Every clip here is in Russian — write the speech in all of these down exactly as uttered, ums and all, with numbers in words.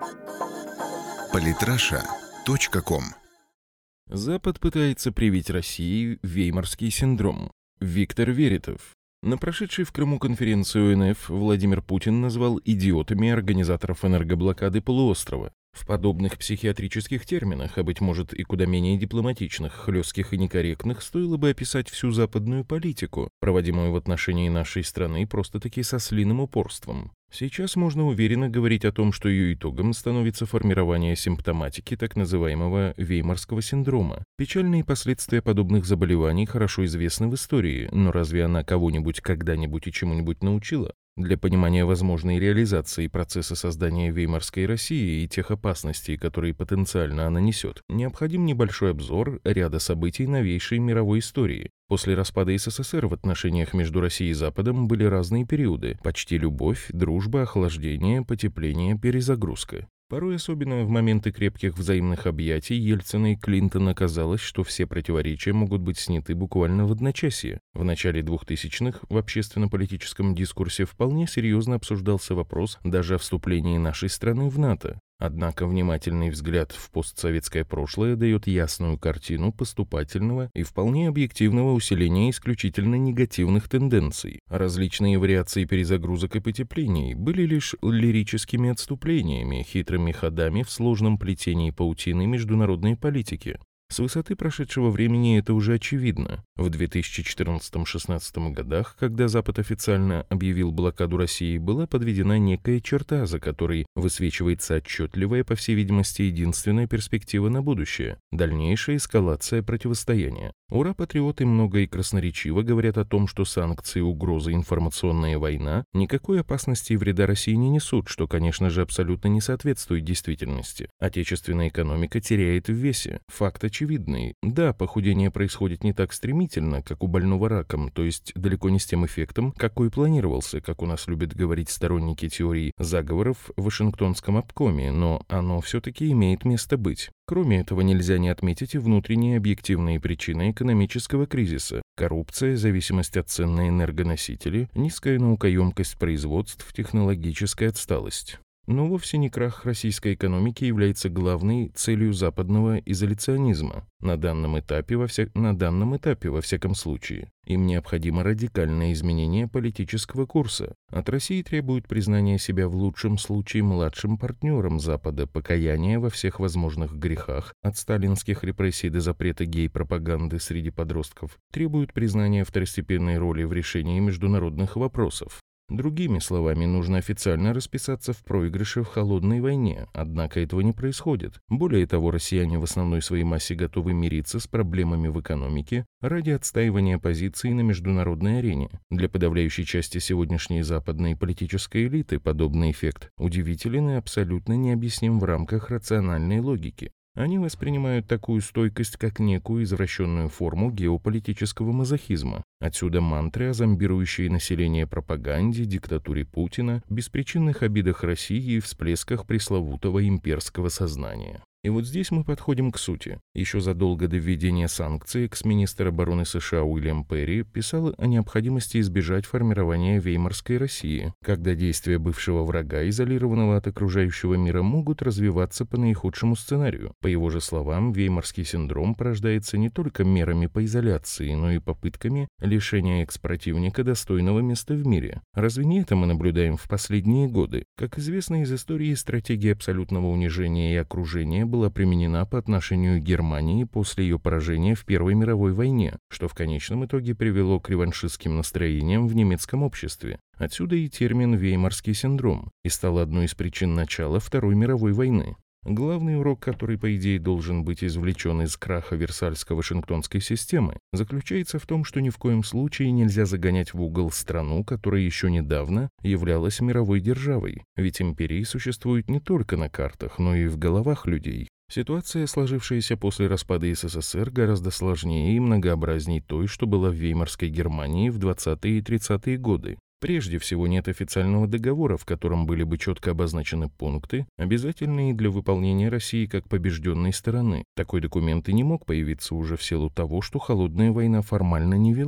политраша точка ком. Запад пытается привить России Веймарский синдром. Виктор Веритов. На прошедшей в Крыму конференции О Н Ф Владимир Путин назвал идиотами организаторов энергоблокады полуострова. В подобных психиатрических терминах, а быть может и куда менее дипломатичных, хлестких и некорректных, стоило бы описать всю западную политику, проводимую в отношении нашей страны просто-таки со слиным упорством. Сейчас можно уверенно говорить о том, что ее итогом становится формирование симптоматики так называемого Веймарского синдрома. Печальные последствия подобных заболеваний хорошо известны в истории, но разве она кого-нибудь когда-нибудь и чему-нибудь научила? Для понимания возможной реализации процесса создания Веймарской России и тех опасностей, которые потенциально она несет, необходим небольшой обзор ряда событий новейшей мировой истории. После распада С С С Р в отношениях между Россией и Западом были разные периоды: почти любовь, дружба, охлаждение, потепление, перезагрузка. Порой, особенно в моменты крепких взаимных объятий Ельцина и Клинтона, казалось, что все противоречия могут быть сняты буквально в одночасье. В начале двухтысячных в общественно-политическом дискурсе вполне серьезно обсуждался вопрос даже о вступлении нашей страны в НАТО. Однако внимательный взгляд в постсоветское прошлое дает ясную картину поступательного и вполне объективного усиления исключительно негативных тенденций. Различные вариации перезагрузок и потеплений были лишь лирическими отступлениями, хитрыми ходами в сложном плетении паутины международной политики. С высоты прошедшего времени это уже очевидно. В две тысячи четырнадцатом-шестнадцатом годах, когда Запад официально объявил блокаду России, была подведена некая черта, за которой высвечивается отчетливая, по всей видимости, единственная перспектива на будущее – дальнейшая эскалация противостояния. Ура-патриоты много и красноречиво говорят о том, что санкции, угрозы, информационная война никакой опасности и вреда России не несут, что, конечно же, абсолютно не соответствует действительности. Отечественная экономика теряет в весе. Факт очевидный. Да, похудение происходит не так стремительно, как у больного раком, то есть далеко не с тем эффектом, какой планировался, как у нас любят говорить сторонники теории заговоров в Вашингтонском обкоме, но оно все-таки имеет место быть. Кроме этого, нельзя не отметить и внутренние объективные причины экономического кризиса: коррупция, зависимость от цен на энергоносители, низкая наукоемкость производств, технологическая отсталость. Но вовсе не крах российской экономики является главной целью западного изоляционизма. На данном этапе, во вся... на данном этапе, во всяком случае, им необходимо радикальное изменение политического курса. От России требуют признания себя в лучшем случае младшим партнером Запада, покаяния во всех возможных грехах, от сталинских репрессий до запрета гей-пропаганды среди подростков, требуют признания второстепенной роли в решении международных вопросов. Другими словами, нужно официально расписаться в проигрыше в холодной войне, однако этого не происходит. Более того, россияне в основной своей массе готовы мириться с проблемами в экономике ради отстаивания позиций на международной арене. Для подавляющей части сегодняшней западной политической элиты подобный эффект удивителен и абсолютно необъясним в рамках рациональной логики. Они воспринимают такую стойкость как некую извращенную форму геополитического мазохизма. Отсюда мантры о зомбирующей население пропаганде, диктатуре Путина, беспричинных обидах России и всплесках пресловутого имперского сознания. И вот здесь мы подходим к сути. Еще задолго до введения санкций экс-министр обороны США Уильям Перри писал о необходимости избежать формирования Веймарской России, когда действия бывшего врага, изолированного от окружающего мира, могут развиваться по наихудшему сценарию. По его же словам, Веймарский синдром порождается не только мерами по изоляции, но и попытками лишения экс-противника достойного места в мире. Разве не это мы наблюдаем в последние годы? Как известно из истории, стратегия абсолютного унижения и окружения была применена по отношению к Германии после ее поражения в Первой мировой войне, что в конечном итоге привело к реваншистским настроениям в немецком обществе. Отсюда и термин «Веймарский синдром» и стал одной из причин начала Второй мировой войны. Главный урок, который, по идее, должен быть извлечен из краха Версальско-Вашингтонской системы, заключается в том, что ни в коем случае нельзя загонять в угол страну, которая еще недавно являлась мировой державой. Ведь империи существуют не только на картах, но и в головах людей. Ситуация, сложившаяся после распада С С С Р, гораздо сложнее и многообразней той, что была в Веймарской Германии в двадцатые и тридцатые годы. Прежде всего, нет официального договора, в котором были бы четко обозначены пункты, обязательные для выполнения России как побежденной стороны. Такой документ и не мог появиться уже в силу того, что холодная война формально не велась.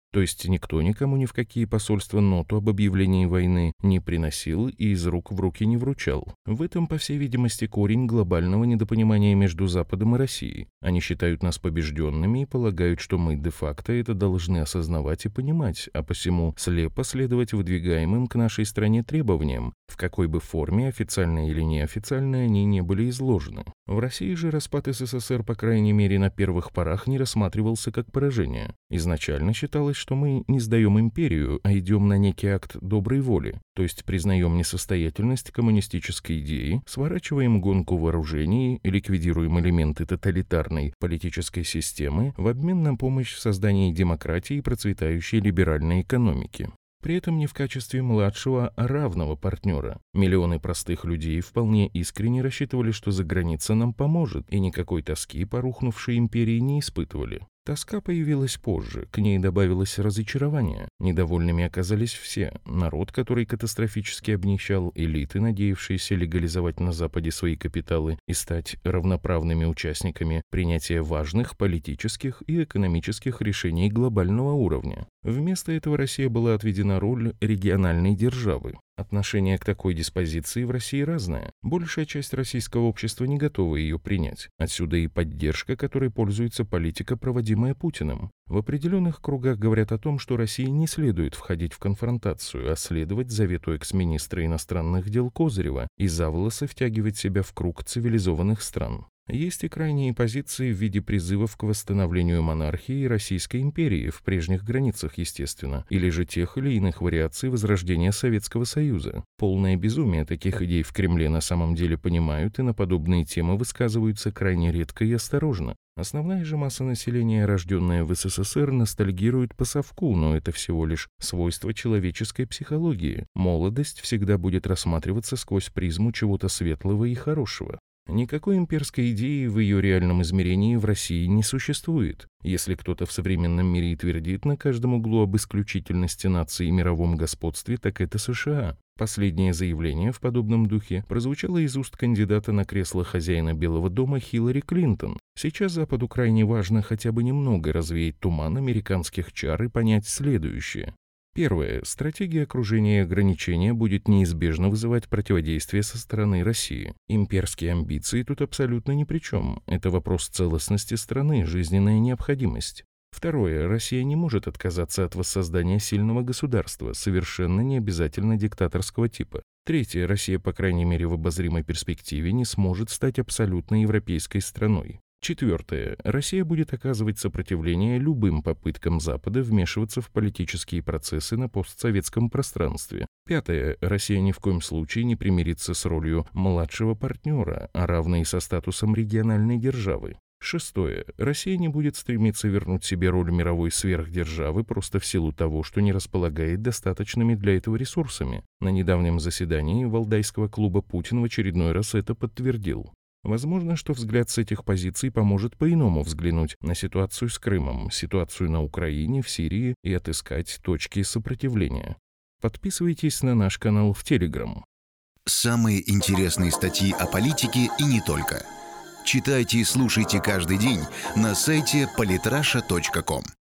То есть никто никому ни в какие посольства ноту об объявлении войны не приносил и из рук в руки не вручал. В этом, по всей видимости, корень глобального недопонимания между Западом и Россией. Они считают нас побежденными и полагают, что мы де-факто это должны осознавать и понимать, а посему слепо следовать выдвигаемым к нашей стране требованиям, в какой бы форме, официально или неофициально, они не были изложены. В России же распад СССР, по крайней мере, на первых порах не рассматривался как поражение. Изначально считалось, что мы не сдаем империю, а идем на некий акт доброй воли, то есть признаем несостоятельность коммунистической идеи, сворачиваем гонку вооружений, ликвидируем элементы тоталитарной политической системы в обмен на помощь в создании демократии и процветающей либеральной экономики. При этом не в качестве младшего, а равного партнера. Миллионы простых людей вполне искренне рассчитывали, что заграница нам поможет, и никакой тоски по рухнувшей империи не испытывали. Тоска появилась позже, к ней добавилось разочарование. Недовольными оказались все. Народ, который катастрофически обнищал, элиты, надеявшиеся легализовать на Западе свои капиталы и стать равноправными участниками принятия важных политических и экономических решений глобального уровня. Вместо этого Россия была отведена роль региональной державы. Отношение к такой диспозиции в России разное. Большая часть российского общества не готова ее принять. Отсюда и поддержка, которой пользуется политика, проводимая Путиным. В определенных кругах говорят о том, что России не следует входить в конфронтацию, а следовать завету экс-министра иностранных дел Козырева и за волосы втягивать себя в круг цивилизованных стран. Есть и крайние позиции в виде призывов к восстановлению монархии и Российской империи в прежних границах, естественно, или же тех или иных вариаций возрождения Советского Союза. Полное безумие таких идей в Кремле на самом деле понимают и на подобные темы высказываются крайне редко и осторожно. Основная же масса населения, рожденная в СССР, ностальгирует по совку, но это всего лишь свойство человеческой психологии. Молодость всегда будет рассматриваться сквозь призму чего-то светлого и хорошего. Никакой имперской идеи в ее реальном измерении в России не существует. Если кто-то в современном мире и твердит на каждом углу об исключительности нации и мировом господстве, так это США. Последнее заявление в подобном духе прозвучало из уст кандидата на кресло хозяина Белого дома Хиллари Клинтон. Сейчас Западу крайне важно хотя бы немного развеять туман американских чар и понять следующее. Первое. Стратегия окружения и ограничения будет неизбежно вызывать противодействие со стороны России. Имперские амбиции тут абсолютно ни при чем. Это вопрос целостности страны, жизненная необходимость. Второе. Россия не может отказаться от воссоздания сильного государства, совершенно не обязательно диктаторского типа. Третье. Россия, по крайней мере в обозримой перспективе, не сможет стать абсолютно европейской страной. Четвертое. Россия будет оказывать сопротивление любым попыткам Запада вмешиваться в политические процессы на постсоветском пространстве. Пятое. Россия ни в коем случае не примирится с ролью младшего партнера, а равной со статусом региональной державы. Шестое. Россия не будет стремиться вернуть себе роль мировой сверхдержавы просто в силу того, что не располагает достаточными для этого ресурсами. На недавнем заседании Валдайского клуба Путин в очередной раз это подтвердил. Возможно, что взгляд с этих позиций поможет по-иному взглянуть на ситуацию с Крымом, ситуацию на Украине, в Сирии и отыскать точки сопротивления. Подписывайтесь на наш канал в Телеграм. Самые интересные статьи о политике и не только. Читайте и слушайте каждый день на сайте политраша точка ком.